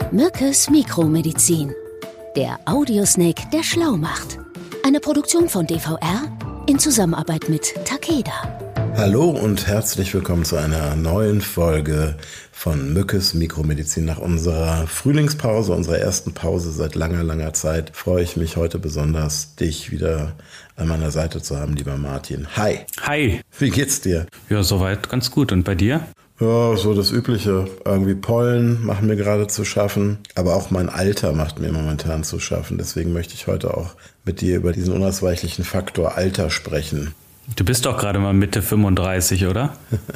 Mückes Mikromedizin. Der Audiosnake, der schlau macht. Eine Produktion von DVR in Zusammenarbeit mit Takeda. Hallo und herzlich willkommen zu einer neuen Folge von Mückes Mikromedizin. Nach unserer Frühlingspause, unserer ersten Pause seit langer Zeit, freue ich mich heute besonders, dich wieder an meiner Seite zu haben, lieber Martin. Hi. Hi. Wie geht's dir? Ja, soweit ganz gut. Und bei dir? Ja, so das Übliche. Irgendwie Pollen machen mir gerade zu schaffen, aber auch mein Alter macht mir momentan zu schaffen. Deswegen möchte ich heute auch mit dir über diesen unausweichlichen Faktor Alter sprechen. Du bist doch gerade mal Mitte 35, oder?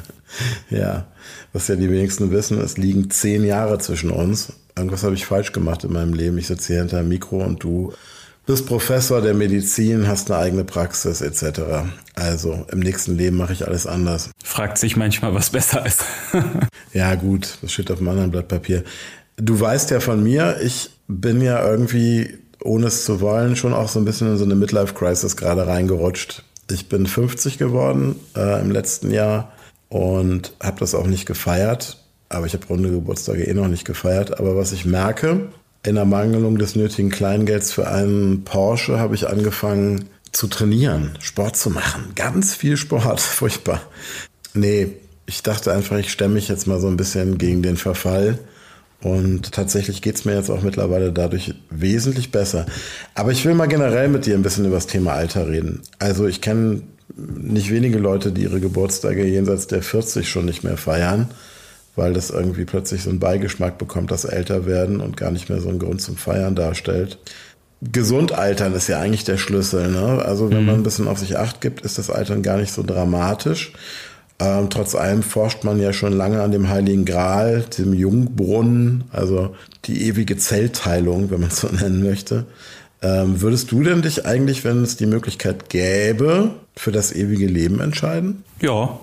Ja, was ja die wenigsten wissen, es liegen 10 Jahre zwischen uns. Irgendwas habe ich falsch gemacht in meinem Leben. Ich sitze hier hinter dem Mikro und du bist Professor der Medizin, hast eine eigene Praxis etc. Also im nächsten Leben mache ich alles anders. Fragt sich manchmal, was besser ist. Ja gut, das steht auf einem anderen Blatt Papier. Du weißt ja von mir, ich bin ja irgendwie, ohne es zu wollen, schon auch so ein bisschen in so eine Midlife-Crisis gerade reingerutscht. Ich bin 50 geworden im letzten Jahr und habe das auch nicht gefeiert. Aber ich habe runde Geburtstage noch nicht gefeiert. Aber was ich merke, in der Mangelung des nötigen Kleingelds für einen Porsche habe ich angefangen zu trainieren, Sport zu machen. Ganz viel Sport, furchtbar. Nee, ich dachte einfach, ich stemme mich jetzt mal so ein bisschen gegen den Verfall. Und tatsächlich geht's mir jetzt auch mittlerweile dadurch wesentlich besser. Aber ich will mal generell mit dir ein bisschen über das Thema Alter reden. Also ich kenne nicht wenige Leute, die ihre Geburtstage jenseits der 40 schon nicht mehr feiern, weil das irgendwie plötzlich so einen Beigeschmack bekommt, dass älter werden und gar nicht mehr so einen Grund zum Feiern darstellt. Gesund altern ist ja eigentlich der Schlüssel, ne? Also wenn man ein bisschen auf sich Acht gibt, ist das Altern gar nicht so dramatisch. Trotz allem forscht man ja schon lange an dem Heiligen Gral, dem Jungbrunnen, also die ewige Zellteilung, wenn man es so nennen möchte. Würdest du denn dich eigentlich, wenn es die Möglichkeit gäbe, für das ewige Leben entscheiden? Ja.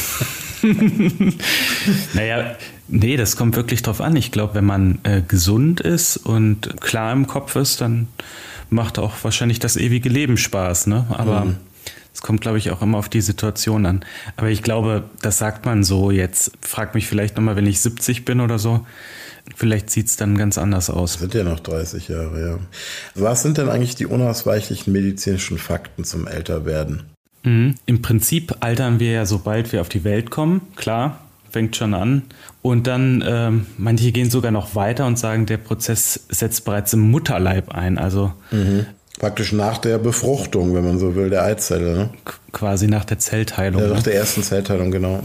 Naja, nee, das kommt wirklich drauf an. Ich glaube, wenn man gesund ist und klar im Kopf ist, dann macht auch wahrscheinlich das ewige Leben Spaß, ne? Aber es kommt, glaube ich, auch immer auf die Situation an. Aber ich glaube, das sagt man so jetzt. Frag mich vielleicht nochmal, wenn ich 70 bin oder so. Vielleicht sieht es dann ganz anders aus. Das sind ja noch 30 Jahre, ja. Was sind denn eigentlich die unausweichlichen medizinischen Fakten zum Älterwerden? Im Prinzip altern wir ja, sobald wir auf die Welt kommen. Klar, fängt schon an. Und dann, manche gehen sogar noch weiter und sagen, der Prozess setzt bereits im Mutterleib ein. Also praktisch nach der Befruchtung, wenn man so will, der Eizelle, ne? Quasi nach der Zellteilung. Ja, nach der ersten Zellteilung, genau.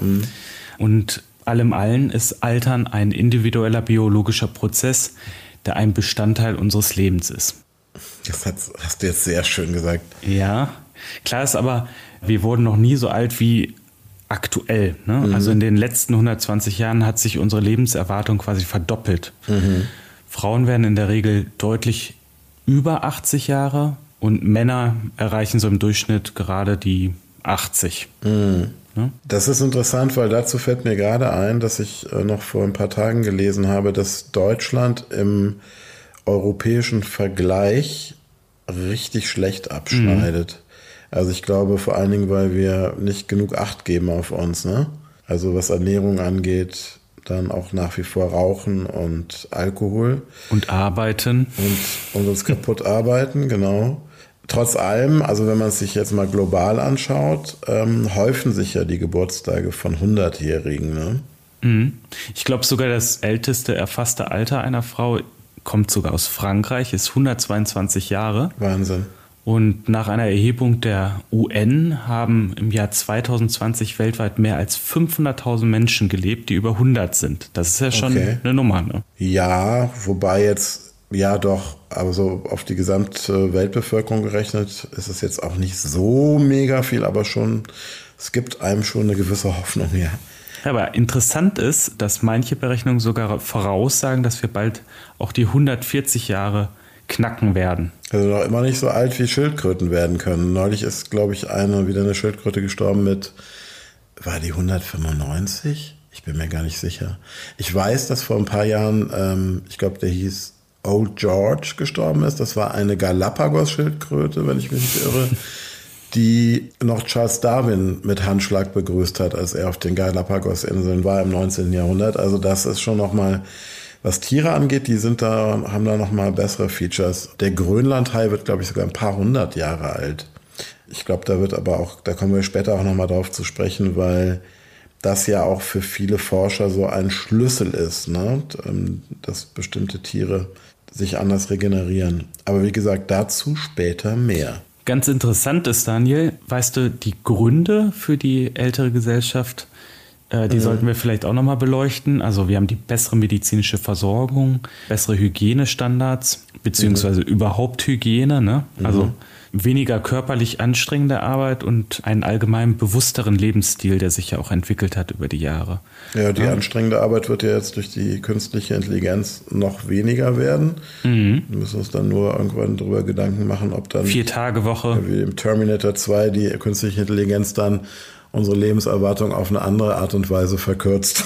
Und allem allen ist Altern ein individueller biologischer Prozess, der ein Bestandteil unseres Lebens ist. Das hast du jetzt sehr schön gesagt. Ja, klar ist aber, wir wurden noch nie so alt wie aktuell. Ne? Also in den letzten 120 Jahren hat sich unsere Lebenserwartung quasi verdoppelt. Frauen werden in der Regel deutlich über 80 Jahre und Männer erreichen so im Durchschnitt gerade die 80. Ne? Das ist interessant, weil dazu fällt mir gerade ein, dass ich noch vor ein paar Tagen gelesen habe, dass Deutschland im europäischen Vergleich richtig schlecht abschneidet. Also ich glaube vor allen Dingen, weil wir nicht genug Acht geben auf uns, ne? Also was Ernährung angeht, dann auch nach wie vor Rauchen und Alkohol. Und arbeiten. Und uns kaputt arbeiten, genau. Trotz allem, also wenn man es sich jetzt mal global anschaut, häufen sich ja die Geburtstage von 100-Jährigen, ne? Ich glaube sogar, das älteste erfasste Alter einer Frau kommt sogar aus Frankreich, ist 122 Jahre. Wahnsinn. Und nach einer Erhebung der UN haben im Jahr 2020 weltweit mehr als 500.000 Menschen gelebt, die über 100 sind. Das ist ja schon eine Nummer, ne? Ja, wobei jetzt, ja doch, aber so auf die gesamte Weltbevölkerung gerechnet ist es jetzt auch nicht so mega viel, aber schon, es gibt einem schon eine gewisse Hoffnung, ja. Aber interessant ist, dass manche Berechnungen sogar voraussagen, dass wir bald auch die 140 Jahre knacken werden. Also noch immer nicht so alt wie Schildkröten werden können. Neulich ist, glaube ich, wieder eine Schildkröte gestorben mit, war die 195? Ich bin mir gar nicht sicher. Ich weiß, dass vor ein paar Jahren, ich glaube, der hieß Old George gestorben ist. Das war eine Galapagos-Schildkröte, wenn ich mich nicht irre, die noch Charles Darwin mit Handschlag begrüßt hat, als er auf den Galapagos-Inseln war im 19. Jahrhundert. Also das ist schon nochmal Was Tiere angeht, haben da nochmal bessere Features. Der Grönlandhai wird, glaube ich, sogar ein paar 100 Jahre alt. Ich glaube, da kommen wir später auch nochmal drauf zu sprechen, weil das ja auch für viele Forscher so ein Schlüssel ist, ne? Dass bestimmte Tiere sich anders regenerieren. Aber wie gesagt, dazu später mehr. Ganz interessant ist, Daniel, weißt du, die Gründe für die ältere Gesellschaft, die sollten wir vielleicht auch nochmal beleuchten. Also wir haben die bessere medizinische Versorgung, bessere Hygienestandards, beziehungsweise überhaupt Hygiene, ne? Also weniger körperlich anstrengende Arbeit und einen allgemein bewussteren Lebensstil, der sich ja auch entwickelt hat über die Jahre. Ja, die anstrengende Arbeit wird ja jetzt durch die künstliche Intelligenz noch weniger werden. Wir müssen uns dann nur irgendwann darüber Gedanken machen, ob dann 4-Tage-Woche wie im Terminator 2 die künstliche Intelligenz dann unsere Lebenserwartung auf eine andere Art und Weise verkürzt.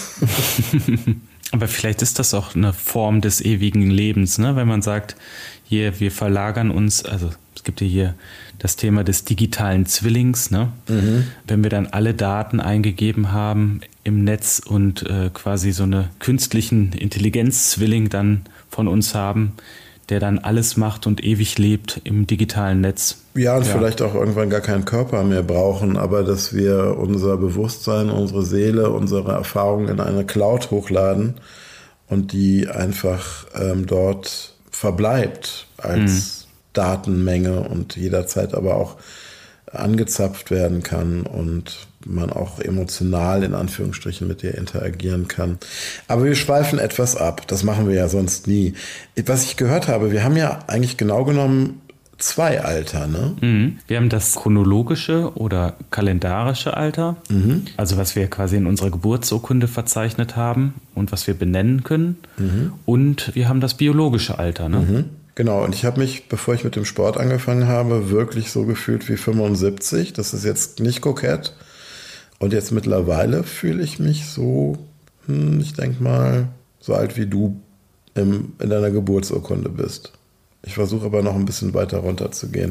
Aber vielleicht ist das auch eine Form des ewigen Lebens, ne? Wenn man sagt, hier, wir verlagern uns, also es gibt ja hier das Thema des digitalen Zwillings, ne? Wenn wir dann alle Daten eingegeben haben im Netz und quasi so eine künstlichen Intelligenz-Zwilling dann von uns haben, der dann alles macht und ewig lebt im digitalen Netz. Ja, und vielleicht auch irgendwann gar keinen Körper mehr brauchen, aber dass wir unser Bewusstsein, unsere Seele, unsere Erfahrungen in eine Cloud hochladen und die einfach dort verbleibt als Datenmenge und jederzeit aber auch angezapft werden kann und man auch emotional in Anführungsstrichen mit dir interagieren kann. Aber wir schweifen etwas ab. Das machen wir ja sonst nie. Was ich gehört habe, wir haben ja eigentlich genau genommen 2 Alter, ne? Wir haben das chronologische oder kalendarische Alter, also was wir quasi in unserer Geburtsurkunde verzeichnet haben und was wir benennen können. Und wir haben das biologische Alter, ne? Genau, und ich habe mich, bevor ich mit dem Sport angefangen habe, wirklich so gefühlt wie 75. Das ist jetzt nicht kokett. Und jetzt mittlerweile fühle ich mich so, ich denke mal, so alt wie du in deiner Geburtsurkunde bist. Ich versuche aber noch ein bisschen weiter runter zu gehen.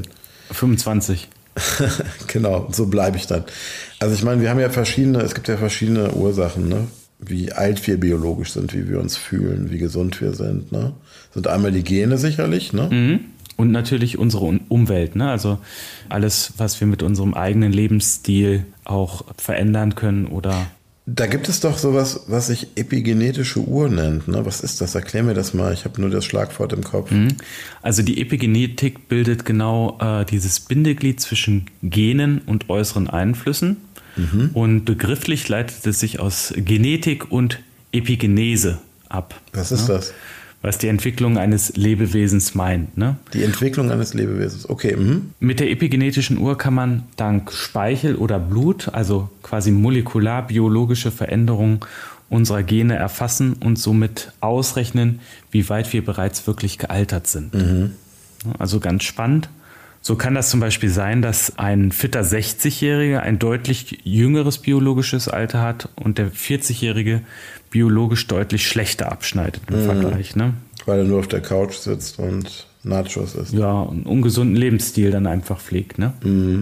25. Genau, so bleibe ich dann. Also ich meine, es gibt ja verschiedene Ursachen, ne? Wie alt wir biologisch sind, wie wir uns fühlen, wie gesund wir sind, ne? Sind einmal die Gene sicherlich, ne? Und natürlich unsere Umwelt, ne? Also alles, was wir mit unserem eigenen Lebensstil auch verändern können oder... Da gibt es doch sowas, was sich epigenetische Uhr nennt, ne? Was ist das? Erklär mir das mal. Ich habe nur das Schlagwort im Kopf. Also die Epigenetik bildet genau dieses Bindeglied zwischen Genen und äußeren Einflüssen. Und begrifflich leitet es sich aus Genetik und Epigenese ab. Was ist das? Was die Entwicklung eines Lebewesens meint, ne? Die Entwicklung eines Lebewesens, okay. Mit der epigenetischen Uhr kann man dank Speichel oder Blut, also quasi molekularbiologische Veränderungen unserer Gene erfassen und somit ausrechnen, wie weit wir bereits wirklich gealtert sind. Also ganz spannend. So kann das zum Beispiel sein, dass ein fitter 60-Jähriger ein deutlich jüngeres biologisches Alter hat und der 40-Jährige biologisch deutlich schlechter abschneidet im Vergleich. Ne? Weil er nur auf der Couch sitzt und Nachos isst. Ja, einen ungesunden Lebensstil dann einfach pflegt. Ne?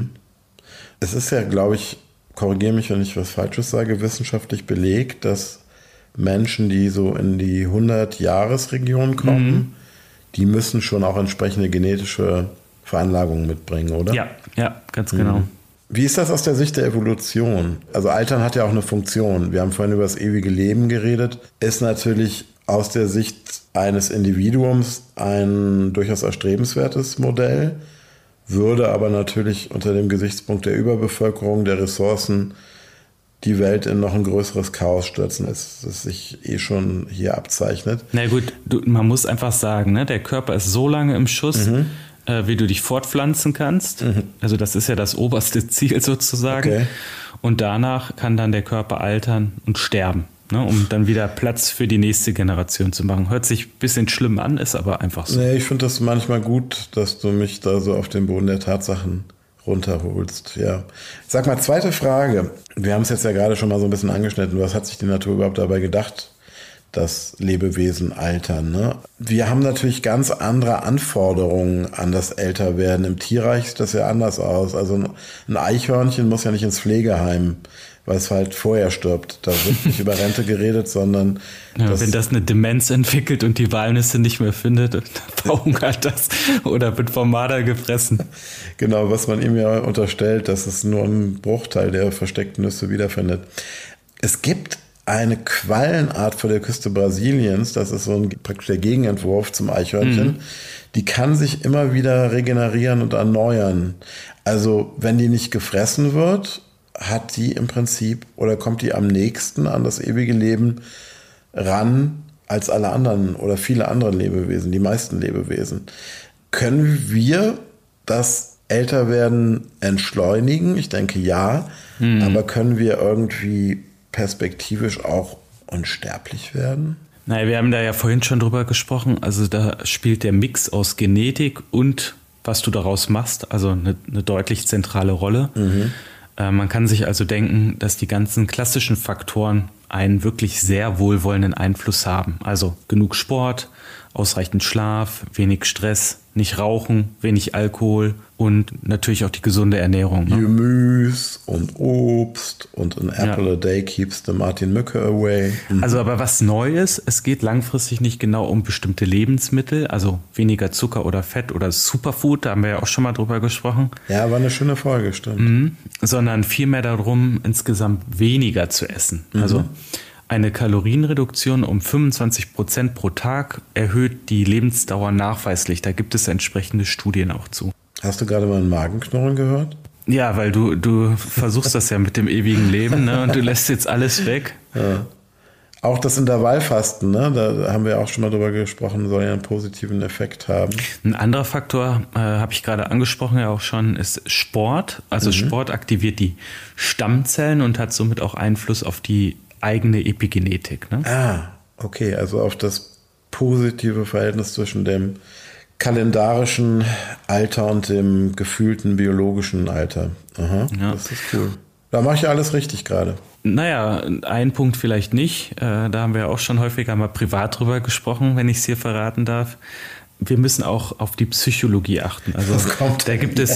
Es ist ja, glaube ich, korrigiere mich, wenn ich was Falsches sage, wissenschaftlich belegt, dass Menschen, die so in die 100-Jahres-Region kommen, die müssen schon auch entsprechende genetische Veranlagungen mitbringen, oder? Ja, ganz genau. Wie ist das aus der Sicht der Evolution? Also Altern hat ja auch eine Funktion. Wir haben vorhin über das ewige Leben geredet. Ist natürlich aus der Sicht eines Individuums ein durchaus erstrebenswertes Modell, würde aber natürlich unter dem Gesichtspunkt der Überbevölkerung, der Ressourcen, die Welt in noch ein größeres Chaos stürzen, als es sich schon hier abzeichnet. Na gut, man muss einfach sagen, ne, der Körper ist so lange im Schuss, wie du dich fortpflanzen kannst. Also das ist ja das oberste Ziel sozusagen. Okay. Und danach kann dann der Körper altern und sterben, ne, um dann wieder Platz für die nächste Generation zu machen. Hört sich ein bisschen schlimm an, ist aber einfach so. Nee, ich finde das manchmal gut, dass du mich da so auf den Boden der Tatsachen runterholst. Ja. Sag mal, zweite Frage. Wir haben es jetzt ja gerade schon mal so ein bisschen angeschnitten. Was hat sich die Natur überhaupt dabei gedacht, dass Lebewesen altern? Ne? Wir haben natürlich ganz andere Anforderungen an das Älterwerden. Im Tierreich sieht das ja anders aus. Also ein Eichhörnchen muss ja nicht ins Pflegeheim, weil es halt vorher stirbt. Da wird nicht über Rente geredet, sondern... wenn das eine Demenz entwickelt und die Walnüsse nicht mehr findet, verhungert das oder wird vom Marder gefressen. Genau, was man ihm ja unterstellt, dass es nur ein Bruchteil der versteckten Nüsse wiederfindet. Es gibt eine Quallenart vor der Küste Brasiliens, das ist praktisch der Gegenentwurf zum Eichhörnchen, die kann sich immer wieder regenerieren und erneuern. Also wenn die nicht gefressen wird, hat die im Prinzip oder kommt die am nächsten an das ewige Leben ran als alle anderen oder viele andere Lebewesen, die meisten Lebewesen. Können wir das Älterwerden entschleunigen? Ich denke ja, aber können wir irgendwie perspektivisch auch unsterblich werden? Naja, wir haben da ja vorhin schon drüber gesprochen, also da spielt der Mix aus Genetik und was du daraus machst, also eine deutlich zentrale Rolle. Man kann sich also denken, dass die ganzen klassischen Faktoren einen wirklich sehr wohlwollenden Einfluss haben. Also genug Sport, ausreichend Schlaf, wenig Stress, nicht rauchen, wenig Alkohol und natürlich auch die gesunde Ernährung. Ne? Gemüse und Obst und an apple a day keeps the Martin Mücke away. Also aber was neu ist, es geht langfristig nicht genau um bestimmte Lebensmittel, also weniger Zucker oder Fett oder Superfood, da haben wir ja auch schon mal drüber gesprochen. Ja, war eine schöne Folge, stimmt. Sondern vielmehr darum, insgesamt weniger zu essen. Also eine Kalorienreduktion um 25% pro Tag erhöht die Lebensdauer nachweislich. Da gibt es entsprechende Studien auch zu. Hast du gerade mal einen Magenknurren gehört? Ja, weil du versuchst das ja mit dem ewigen Leben, ne? Und du lässt jetzt alles weg. Ja. Auch das Intervallfasten, ne? Da haben wir auch schon mal drüber gesprochen, soll ja einen positiven Effekt haben. Ein anderer Faktor, habe ich gerade angesprochen ja auch schon, ist Sport. Also Sport aktiviert die Stammzellen und hat somit auch Einfluss auf die eigene Epigenetik. Ne? Okay, also auf das positive Verhältnis zwischen dem kalendarischen Alter und dem gefühlten biologischen Alter. Aha, ja. Das ist cool. Da mache ich ja alles richtig gerade. Naja, ein Punkt vielleicht nicht. Da haben wir auch schon häufiger mal privat drüber gesprochen, wenn ich es hier verraten darf. Wir müssen auch auf die Psychologie achten. Also da gibt es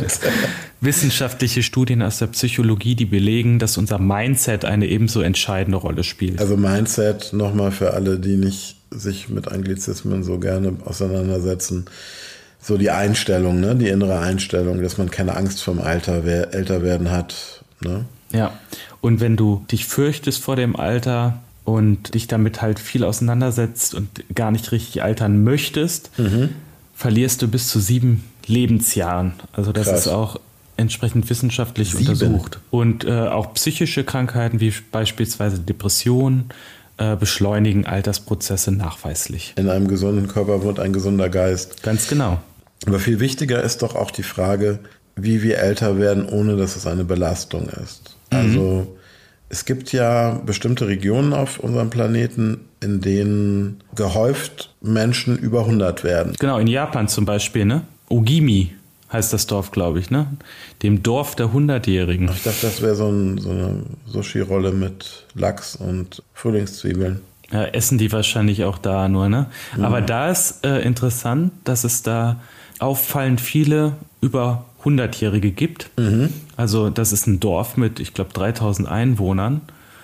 wissenschaftliche Studien aus der Psychologie, die belegen, dass unser Mindset eine ebenso entscheidende Rolle spielt. Also Mindset, nochmal für alle, die nicht sich mit Anglizismen so gerne auseinandersetzen, so die Einstellung, ne? Die innere Einstellung, dass man keine Angst vorm Älterwerden hat. Ne? Ja, und wenn du dich fürchtest vor dem Alter und dich damit halt viel auseinandersetzt und gar nicht richtig altern möchtest, verlierst du bis zu 7 Lebensjahren. Also das ist auch entsprechend wissenschaftlich untersucht. Und auch psychische Krankheiten wie beispielsweise Depressionen beschleunigen Altersprozesse nachweislich. In einem gesunden Körper wohnt ein gesunder Geist. Ganz genau. Aber viel wichtiger ist doch auch die Frage, wie wir älter werden, ohne dass es eine Belastung ist. Also es gibt ja bestimmte Regionen auf unserem Planeten, in denen gehäuft Menschen über 100 werden. Genau, in Japan zum Beispiel, ne? Ogimi heißt das Dorf, glaube ich, ne? Dem Dorf der 100-Jährigen. Ich dachte, das wäre so eine Sushi-Rolle mit Lachs und Frühlingszwiebeln. Ja, essen die wahrscheinlich auch da nur, ne? Aber da ist interessant, dass es da auffallend viele über 100-Jährige gibt. Also das ist ein Dorf mit, ich glaube, 3000 Einwohnern.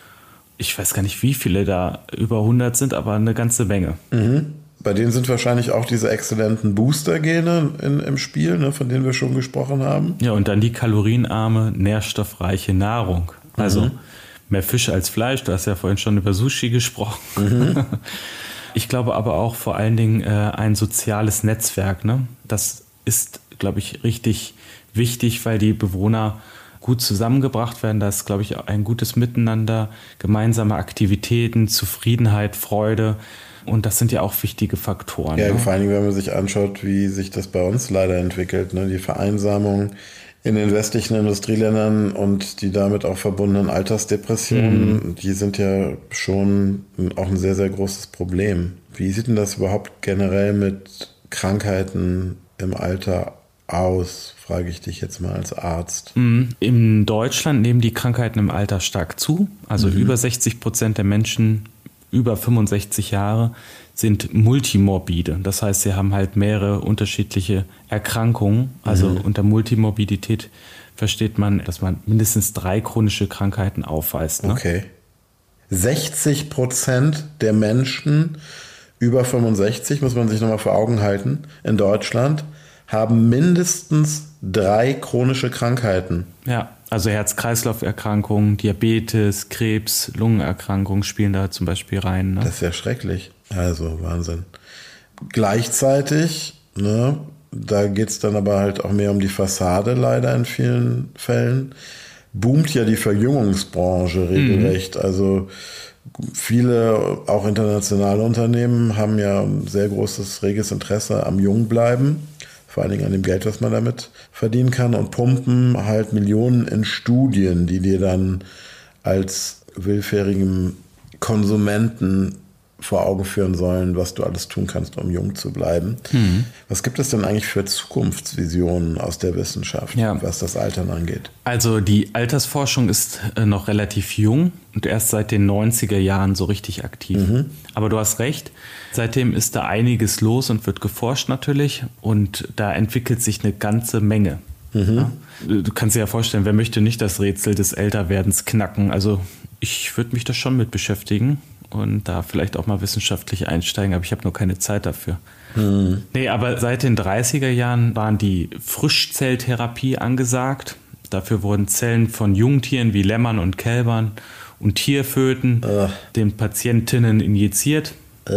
Ich weiß gar nicht, wie viele da über 100 sind, aber eine ganze Menge. Bei denen sind wahrscheinlich auch diese exzellenten Booster-Gene im Spiel, ne, von denen wir schon gesprochen haben. Ja, und dann die kalorienarme, nährstoffreiche Nahrung. Also mehr Fisch als Fleisch. Du hast ja vorhin schon über Sushi gesprochen. Ich glaube aber auch vor allen Dingen ein soziales Netzwerk. Ne? Das ist, glaube ich, richtig wichtig, weil die Bewohner gut zusammengebracht werden. Da ist, glaube ich, ein gutes Miteinander, gemeinsame Aktivitäten, Zufriedenheit, Freude. Und das sind ja auch wichtige Faktoren. Ja, ne? Vor allen Dingen, wenn man sich anschaut, wie sich das bei uns leider entwickelt. Ne? Die Vereinsamung in den westlichen Industrieländern und die damit auch verbundenen Altersdepressionen, die sind ja schon auch ein sehr, sehr großes Problem. Wie sieht denn das überhaupt generell mit Krankheiten im Alter aus, frage ich dich jetzt mal als Arzt. In Deutschland nehmen die Krankheiten im Alter stark zu. Also über 60% der Menschen über 65 Jahre sind multimorbide. Das heißt, sie haben halt mehrere unterschiedliche Erkrankungen. Also unter Multimorbidität versteht man, dass man mindestens 3 chronische Krankheiten aufweist. Ne? Okay. 60% der Menschen über 65, muss man sich nochmal vor Augen halten, in Deutschland, haben mindestens 3 chronische Krankheiten. Ja, also Herz-Kreislauf-Erkrankungen, Diabetes, Krebs, Lungenerkrankungen spielen da zum Beispiel rein. Ne? Das ist ja schrecklich. Also Wahnsinn. Gleichzeitig, ne, da geht es dann aber halt auch mehr um die Fassade leider in vielen Fällen, boomt ja die Verjüngungsbranche regelrecht. Also viele, auch internationale Unternehmen, haben ja ein sehr großes, reges Interesse am Jungbleiben, vor allen Dingen an dem Geld, was man damit verdienen kann, und pumpen halt Millionen in Studien, die dir dann als willfährigem Konsumenten vor Augen führen sollen, was du alles tun kannst, um jung zu bleiben. Was gibt es denn eigentlich für Zukunftsvisionen aus der Wissenschaft, was das Altern angeht? Also die Altersforschung ist noch relativ jung und erst seit den 90er Jahren so richtig aktiv. Aber du hast recht, seitdem ist da einiges los und wird geforscht natürlich und da entwickelt sich eine ganze Menge. Ja? Du kannst dir ja vorstellen, wer möchte nicht das Rätsel des Älterwerdens knacken? Also ich würde mich da schon mit beschäftigen und da vielleicht auch mal wissenschaftlich einsteigen, aber ich habe nur keine Zeit dafür. Nee, aber seit den 30er Jahren waren die Frischzelltherapie angesagt. Dafür wurden Zellen von Jungtieren wie Lämmern und Kälbern und Tierföten den Patientinnen injiziert,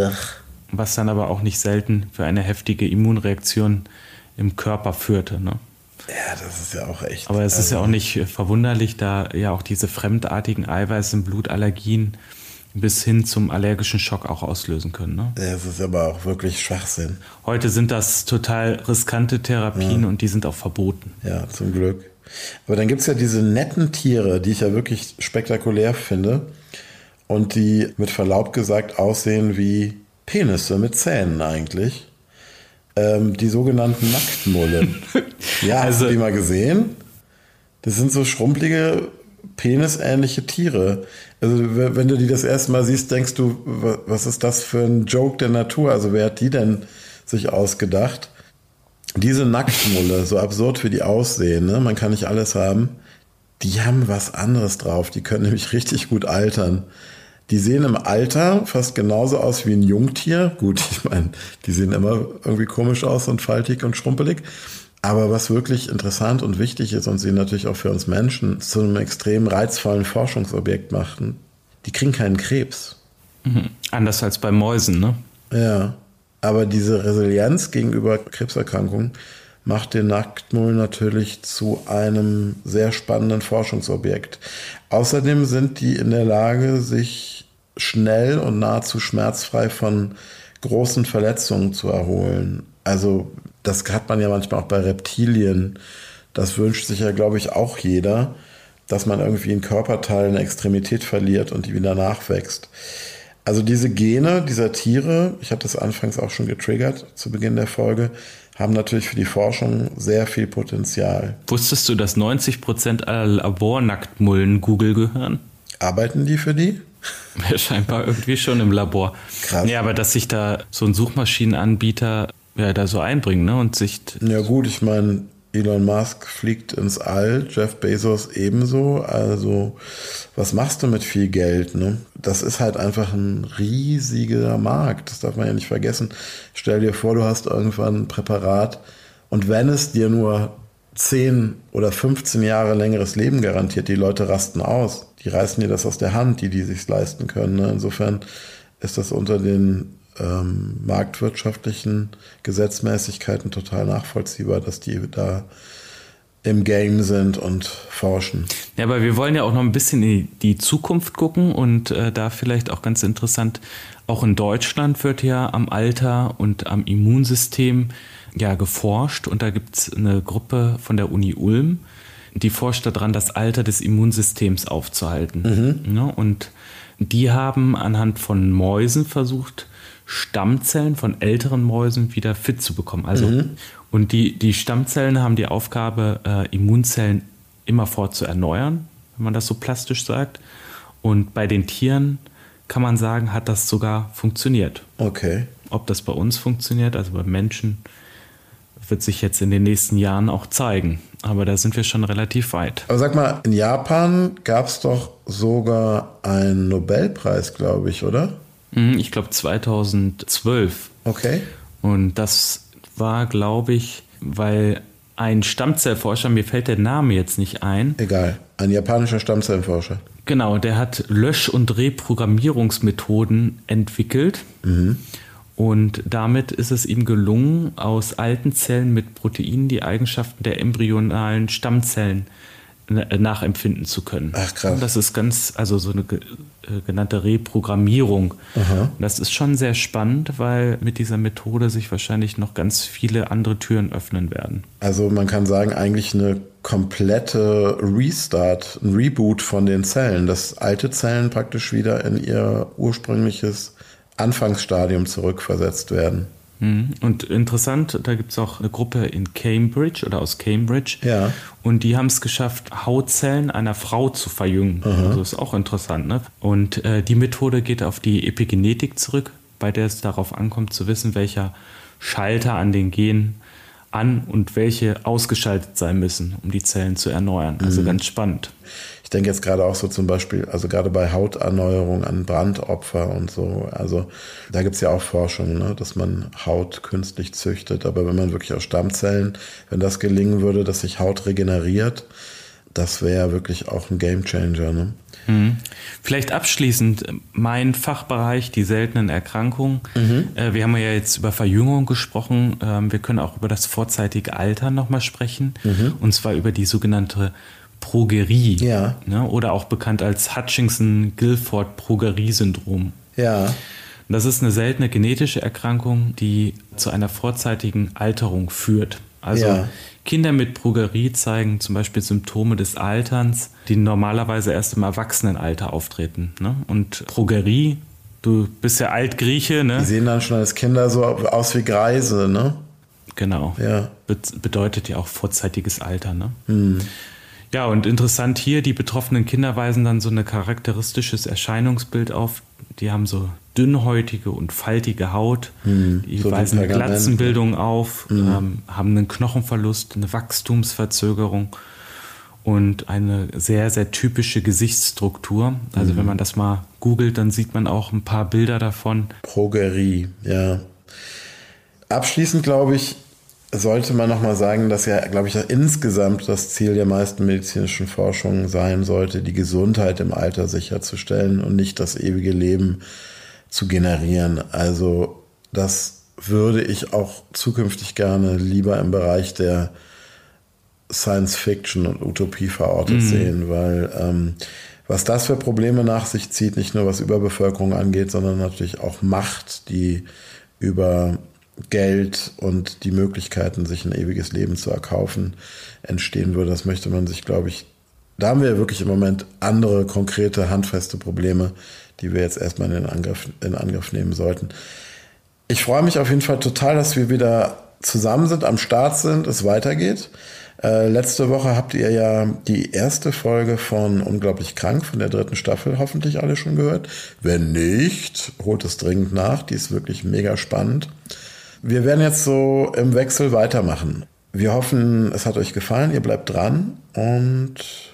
was dann aber auch nicht selten für eine heftige Immunreaktion im Körper führte. Ne? Ja, das ist ja auch echt. Aber es ist ja auch nicht verwunderlich, da ja auch diese fremdartigen Eiweiße im Blut Allergien bis hin zum allergischen Schock auch auslösen können. Ne? Das ist aber auch wirklich Schwachsinn. Heute sind das total riskante Therapien und die sind auch verboten. Ja, zum Glück. Aber dann gibt es ja diese netten Tiere, die ich ja wirklich spektakulär finde und die mit Verlaub gesagt aussehen wie Penisse mit Zähnen eigentlich. Die sogenannten Nacktmullen. Ja, hast du die mal gesehen? Das sind so schrumpelige, penisähnliche Tiere. Also wenn du die das erste Mal siehst, denkst du, was ist das für ein Joke der Natur? Also wer hat die denn sich ausgedacht? Diese Nacktmulle, so absurd wie die aussehen, ne? Man kann nicht alles haben, die haben was anderes drauf. Die können nämlich richtig gut altern. Die sehen im Alter fast genauso aus wie ein Jungtier. Gut, ich meine, die sehen immer irgendwie komisch aus und faltig und schrumpelig. Aber was wirklich interessant und wichtig ist und sie natürlich auch für uns Menschen zu einem extrem reizvollen Forschungsobjekt machen, die kriegen keinen Krebs. Anders als bei Mäusen, ne? Ja, aber diese Resilienz gegenüber Krebserkrankungen macht den Nacktmull natürlich zu einem sehr spannenden Forschungsobjekt. Außerdem sind die in der Lage, sich schnell und nahezu schmerzfrei von großen Verletzungen zu erholen. Also das hat man ja manchmal auch bei Reptilien. Das wünscht sich ja, glaube ich, auch jeder, dass man irgendwie einen Körperteil, eine Extremität verliert und die wieder nachwächst. Also diese Gene dieser Tiere, ich habe das anfangs auch schon getriggert zu Beginn der Folge, haben natürlich für die Forschung sehr viel Potenzial. Wusstest du, dass 90% aller Labornacktmullen Google gehören? Arbeiten die für die? Ja, scheinbar irgendwie schon im Labor. Krass. Ja, aber dass sich da so ein Suchmaschinenanbieter da so einbringt, ne? Und sich. Ja gut, ich meine, Elon Musk fliegt ins All, Jeff Bezos ebenso. Also was machst du mit viel Geld? Ne? Das ist halt einfach ein riesiger Markt. Das darf man ja nicht vergessen. Stell dir vor, du hast irgendwann ein Präparat und wenn es dir nur 10 oder 15 Jahre längeres Leben garantiert, die Leute rasten aus. Die reißen dir das aus der Hand, die sich leisten können. Ne? Insofern ist das unter den marktwirtschaftlichen Gesetzmäßigkeiten total nachvollziehbar, dass die da im Game sind und forschen. Ja, aber wir wollen ja auch noch ein bisschen in die Zukunft gucken und da vielleicht auch ganz interessant, auch in Deutschland wird ja am Alter und am Immunsystem ja geforscht und da gibt es eine Gruppe von der Uni Ulm, die forscht daran, das Alter des Immunsystems aufzuhalten. Ja, und die haben anhand von Mäusen versucht, Stammzellen von älteren Mäusen wieder fit zu bekommen. Also, und die Stammzellen haben die Aufgabe, Immunzellen immerfort zu erneuern, wenn man das so plastisch sagt. Und bei den Tieren kann man sagen, hat das sogar funktioniert. Okay. Ob das bei uns funktioniert, also bei Menschen, wird sich jetzt in den nächsten Jahren auch zeigen. Aber da sind wir schon relativ weit. Aber sag mal, in Japan gab es doch sogar einen Nobelpreis, glaube ich, oder? Ich glaube 2012. Okay. Und das war, glaube ich, weil ein Stammzellforscher, mir fällt der Name jetzt nicht ein. Egal, ein japanischer Stammzellenforscher. Genau, der hat Lösch- und Reprogrammierungsmethoden entwickelt. Und damit ist es ihm gelungen, aus alten Zellen mit Proteinen die Eigenschaften der embryonalen Stammzellen nachempfinden zu können. Ach, krass. Und das ist so eine genannte Reprogrammierung. Aha. Und das ist schon sehr spannend, weil mit dieser Methode sich wahrscheinlich noch ganz viele andere Türen öffnen werden. Also man kann sagen, eigentlich eine komplette Restart, ein Reboot von den Zellen, dass alte Zellen praktisch wieder in ihr ursprüngliches Anfangsstadium zurückversetzt werden. Und interessant, da gibt es auch eine Gruppe in Cambridge oder aus Cambridge. Ja. Und die haben es geschafft, Hautzellen einer Frau zu verjüngen. Aha. Also ist auch interessant, ne? Und die Methode geht auf die Epigenetik zurück, bei der es darauf ankommt zu wissen, welcher Schalter an den Genen an und welche ausgeschaltet sein müssen, um die Zellen zu erneuern. Also ganz spannend. Ich denke jetzt gerade auch so zum Beispiel, also gerade bei Hauterneuerung an Brandopfer und so, also da gibt es ja auch Forschung, ne, dass man Haut künstlich züchtet, aber wenn man wirklich aus Stammzellen, wenn das gelingen würde, dass sich Haut regeneriert, das wäre wirklich auch ein Gamechanger, ne? Vielleicht abschließend mein Fachbereich, die seltenen Erkrankungen. Wir haben ja jetzt über Verjüngung gesprochen. Wir können auch über das vorzeitige Altern nochmal sprechen. Und zwar über die sogenannte Progerie. Ja. Ne, oder auch bekannt als Hutchinson-Gilford-Progerie-Syndrom. Ja. Das ist eine seltene genetische Erkrankung, die zu einer vorzeitigen Alterung führt. Also Ja. Kinder mit Progerie zeigen zum Beispiel Symptome des Alterns, die normalerweise erst im Erwachsenenalter auftreten. Ne? Und Progerie, du bist ja Altgrieche, ne? Die sehen dann schon als Kinder so aus wie Greise, ne? Genau. Ja. Bedeutet ja auch vorzeitiges Alter, ne? Ja, und interessant hier, die betroffenen Kinder weisen dann so ein charakteristisches Erscheinungsbild auf. Die haben so dünnhäutige und faltige Haut, die so weisen eine Pergament, Glatzenbildung auf, haben einen Knochenverlust, eine Wachstumsverzögerung und eine sehr, sehr typische Gesichtsstruktur. Also wenn man das mal googelt, dann sieht man auch ein paar Bilder davon. Progerie, ja. Abschließend, glaube ich, sollte man nochmal sagen, dass ja, glaube ich, insgesamt das Ziel der meisten medizinischen Forschungen sein sollte, die Gesundheit im Alter sicherzustellen und nicht das ewige Leben zu generieren. Also das würde ich auch zukünftig gerne lieber im Bereich der Science Fiction und Utopie verortet sehen, weil was das für Probleme nach sich zieht, nicht nur was Überbevölkerung angeht, sondern natürlich auch Macht, die über Geld und die Möglichkeiten, sich ein ewiges Leben zu erkaufen, entstehen würde. Das möchte man sich, glaube ich, da haben wir wirklich im Moment andere konkrete, handfeste Probleme, die wir jetzt erstmal in Angriff nehmen sollten. Ich freue mich auf jeden Fall total, dass wir wieder zusammen sind, am Start sind, es weitergeht. Letzte Woche habt ihr ja die erste Folge von Unglaublich krank, von der 3. Staffel, hoffentlich alle schon gehört. Wenn nicht, holt es dringend nach, die ist wirklich mega spannend. Wir werden jetzt so im Wechsel weitermachen. Wir hoffen, es hat euch gefallen, ihr bleibt dran und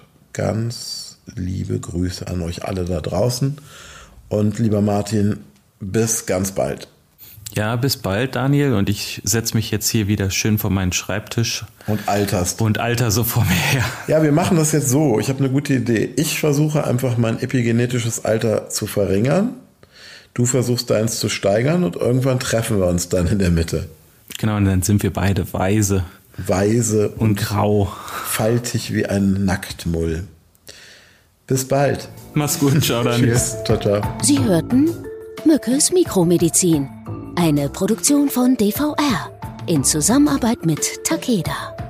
ganz liebe Grüße an euch alle da draußen. Und lieber Martin, bis ganz bald. Ja, bis bald, Daniel. Und ich setze mich jetzt hier wieder schön vor meinen Schreibtisch. Und alterst. Und alter so vor mir her. Ja, wir machen das jetzt so. Ich habe eine gute Idee. Ich versuche einfach mein epigenetisches Alter zu verringern. Du versuchst deins zu steigern und irgendwann treffen wir uns dann in der Mitte. Genau, und dann sind wir beide weise. Weise und grau. Faltig wie ein Nacktmull. Bis bald. Mach's gut, ciao, Daniel. Tschüss, ciao, ciao. Sie hörten Mückes Mikromedizin, eine Produktion von DVR in Zusammenarbeit mit Takeda.